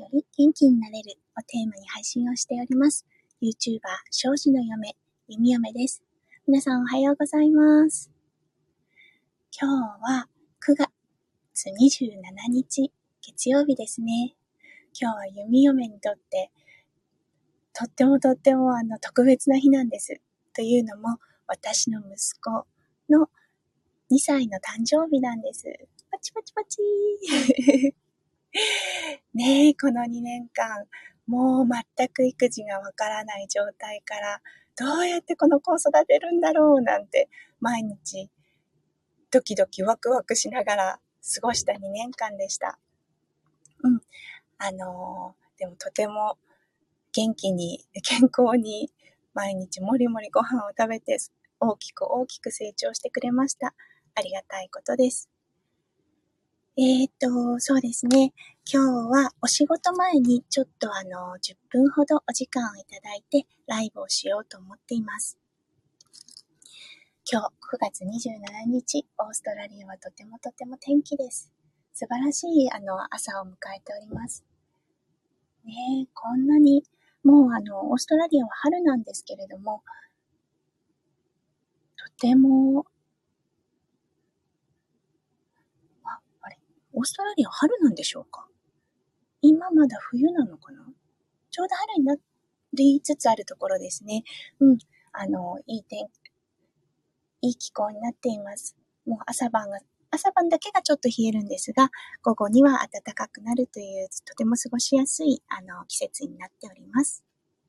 より元気になれるをテーマに配信をしております。YouTuber 庄司の嫁、弓嫁です。皆さんおはようございます。今日は9月27日月曜日ですね。今日は弓嫁にとってとっても特別な日なんです。というのも私の息子の2歳の誕生日なんです。パチパチパチねえ、この2年間、もう全く育児がわからない状態から、どうやってこの子を育てるんだろうなんて、毎日ドキドキワクワクしながら過ごした2年間でした。でもとても元気に、健康に、毎日もりもりご飯を食べて、大きく成長してくれました。ありがたいことです。そうですね。今日はお仕事前にちょっと10分ほどお時間をいただいてライブをしようと思っています。今日9月27日、オーストラリアはとても天気です。素晴らしい朝を迎えております。ねえ、こんなに、もうオーストラリアは春なんですけれども、とても、オーストラリアは春なんでしょうか？今まだ冬なのかな？ちょうど春になりつつあるところですね。いい気候になっています。もう朝晩だけがちょっと冷えるんですが、午後には暖かくなるという、とても過ごしやすい、季節になっております。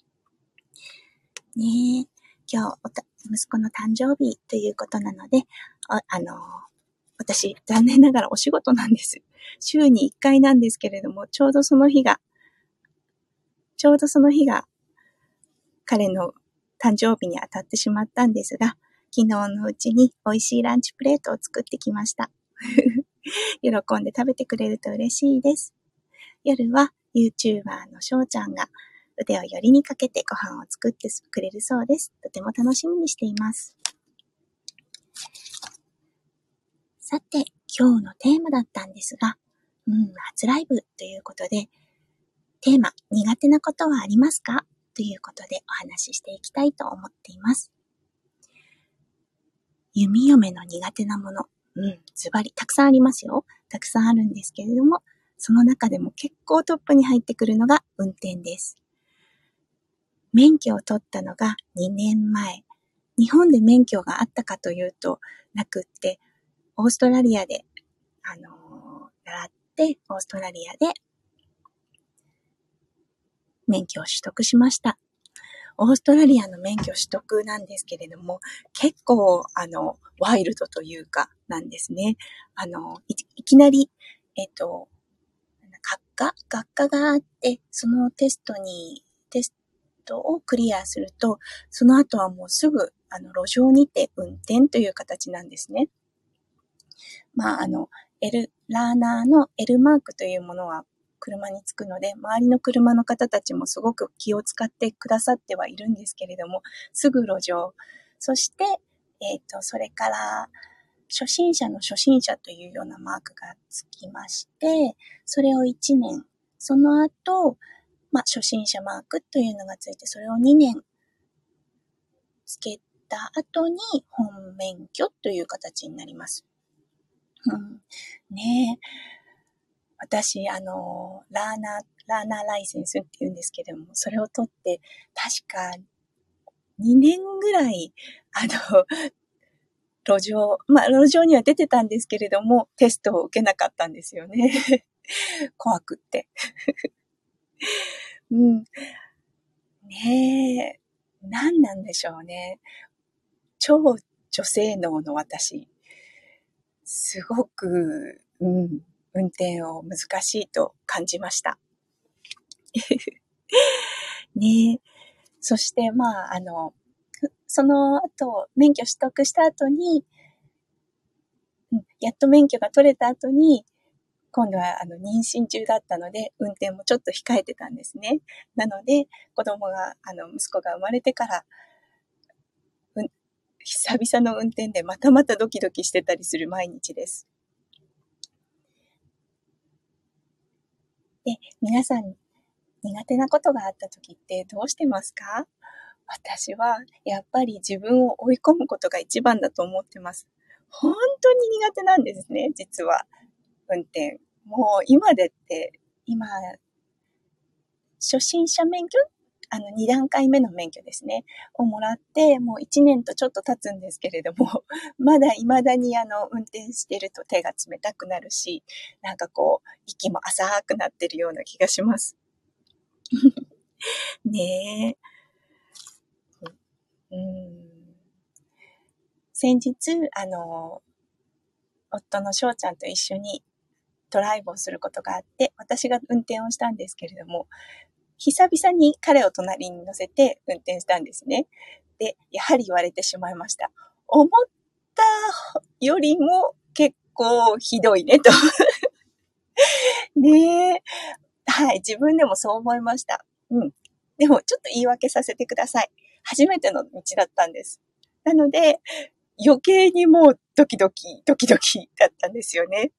ねえ、今日、息子の誕生日ということなので、私、残念ながらお仕事なんです。週に1回なんですけれども、ちょうどその日が彼の誕生日に当たってしまったんですが、昨日のうちに美味しいランチプレートを作ってきました。喜んで食べてくれると嬉しいです。夜は YouTuber のしょうちゃんが腕をよりにかけてご飯を作ってくれるそうです。とても楽しみにしています。さて、今日のテーマだったんですが、初ライブということで、テーマ、苦手なことはありますか？ということでお話ししていきたいと思っています。弓嫁の苦手なもの。ズバリ、たくさんありますよ。たくさんあるんですけれども、その中でも結構トップに入ってくるのが運転です。免許を取ったのが2年前。日本で免許があったかというとなくって、オーストラリアで、習って、オーストラリアで免許を取得しました。オーストラリアの免許取得なんですけれども、結構、ワイルドというか、なんですね。いきなり、学科があって、そのテストをクリアすると、その後はもうすぐ、路上にて運転という形なんですね。ラーナーの L マークというものは車につくので、周りの車の方たちもすごく気を使ってくださってはいるんですけれども、すぐ路上。そして、それから、初心者の初心者というようなマークがつきまして、それを1年、その後、初心者マークというのがついて、それを2年つけた後に本免許という形になります。ねえ。私、ラーナーライセンスって言うんですけども、それを取って、確か2年ぐらい、路上には出てたんですけれども、テストを受けなかったんですよね。怖くって。ねえ。何なんでしょうね。超女性脳の私。すごく、運転を難しいと感じました。ねえ。そして、その後、免許取得した後に、やっと免許が取れた後に、今度は妊娠中だったので、運転もちょっと控えてたんですね。なので、息子が生まれてから、久々の運転でまたドキドキしてたりする毎日です。で、皆さん苦手なことがあった時ってどうしてますか？私はやっぱり自分を追い込むことが一番だと思ってます。本当に苦手なんですね、実は。運転。もう今、初心者免許2段階目の免許ですね。をもらって、もう1年とちょっと経つんですけれども、未だに運転してると手が冷たくなるし、なんかこう、息も浅くなってるような気がします。ねえ。先日、夫の翔ちゃんと一緒にドライブをすることがあって、私が運転をしたんですけれども、久々に彼を隣に乗せて運転したんですね。で、やはり言われてしまいました。思ったよりも結構ひどいねと。ねえ。はい、自分でもそう思いました。でもちょっと言い訳させてください。初めての道だったんです。なので、余計にもうドキドキだったんですよね。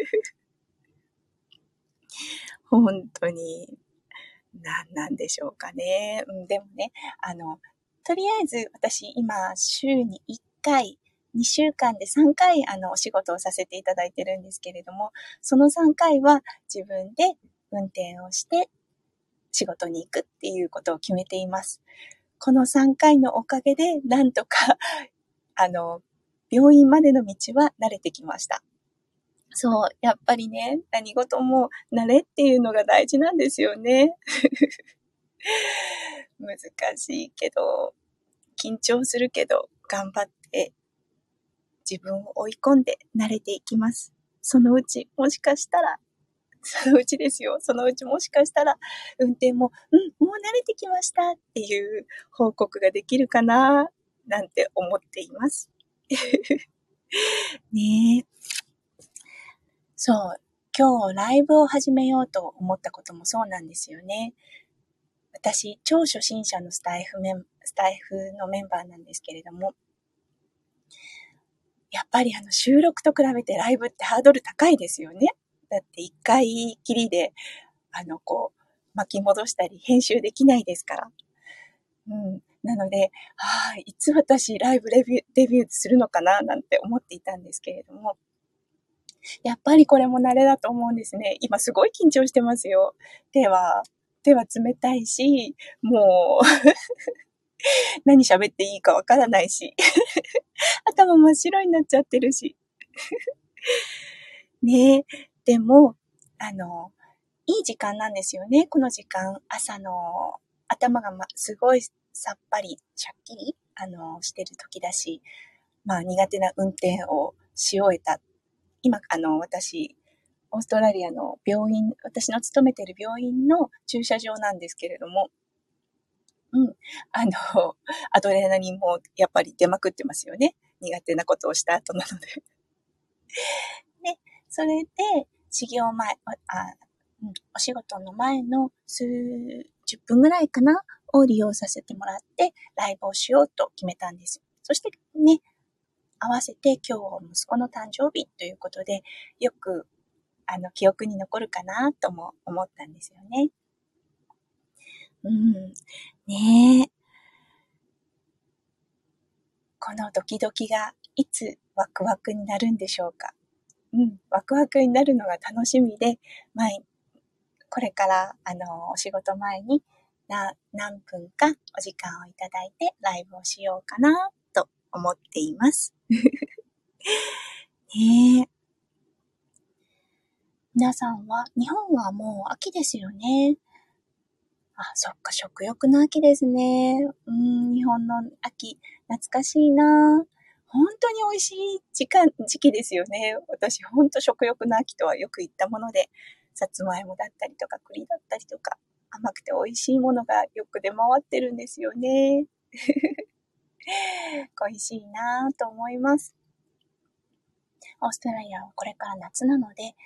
本当に。なんでしょうかね。でもね、とりあえず私今週に1回、2週間で3回お仕事をさせていただいてるんですけれども、その3回は自分で運転をして仕事に行くっていうことを決めています。この3回のおかげでなんとか病院までの道は慣れてきました。そう、やっぱりね、何事も慣れっていうのが大事なんですよね。難しいけど、緊張するけど、頑張って自分を追い込んで慣れていきます。そのうち、もしかしたら、そのうちですよ。そのうちもしかしたら、運転も、もう慣れてきましたっていう報告ができるかな、なんて思っています。ねえ。そう。今日ライブを始めようと思ったこともそうなんですよね。私、超初心者のスタイフのメンバーなんですけれども、やっぱり収録と比べてライブってハードル高いですよね。だって一回きりで、巻き戻したり編集できないですから。なので、いつ私ライブデビューするのかななんて思っていたんですけれども、やっぱりこれも慣れだと思うんですね。今すごい緊張してますよ。手は冷たいし、もう何喋っていいかわからないし、頭真っ白になっちゃってるし。ねえ。でも、いい時間なんですよね、この時間。朝の頭がすごいさっぱり、しゃっきり、してる時だし、苦手な運転をし終えた。今、私、オーストラリアの私の勤めている病院の駐車場なんですけれども、あの、アドレナリンもやっぱり出まくってますよね。苦手なことをした後なので。で、それで、始業前、お仕事の前の数十分ぐらいかなを利用させてもらって、ライブをしようと決めたんです。そしてね、合わせて今日息子の誕生日ということで、よく、記憶に残るかなとも思ったんですよね。ねえ。このドキドキがいつワクワクになるんでしょうか。ワクワクになるのが楽しみで、これから、お仕事前に何分かお時間をいただいてライブをしようかなと思っています。ねえ。皆さんは、日本はもう秋ですよね。そっか、食欲の秋ですね。日本の秋、懐かしいな。本当に美味しい時期ですよね。私、本当食欲の秋とはよく言ったもので、さつまいもだったりとか、栗だったりとか、甘くて美味しいものがよく出回ってるんですよね。恋しいなと思います。オーストラリアはこれから夏なので、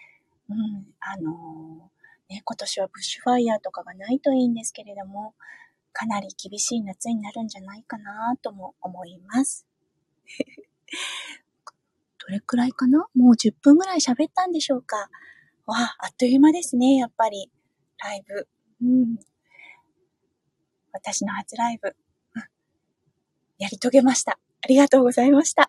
今年はブッシュファイヤーとかがないといいんですけれども、かなり厳しい夏になるんじゃないかなとも思います。どれくらいかな？もう10分ぐらい喋ったんでしょうか。あっという間ですね、やっぱり。ライブ。 うん。私の初ライブ、やり遂げました。ありがとうございました。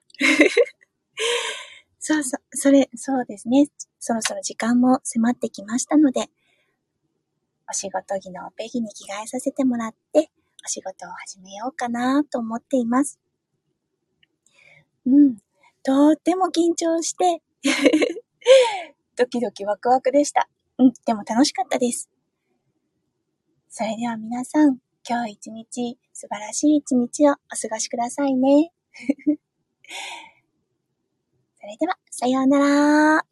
そうですね。そろそろ時間も迫ってきましたので、お仕事着のベギに着替えさせてもらって、お仕事を始めようかなと思っています。とっても緊張して、ドキドキワクワクでした。でも楽しかったです。それでは皆さん、今日一日、素晴らしい一日をお過ごしくださいね。それでは、さようなら。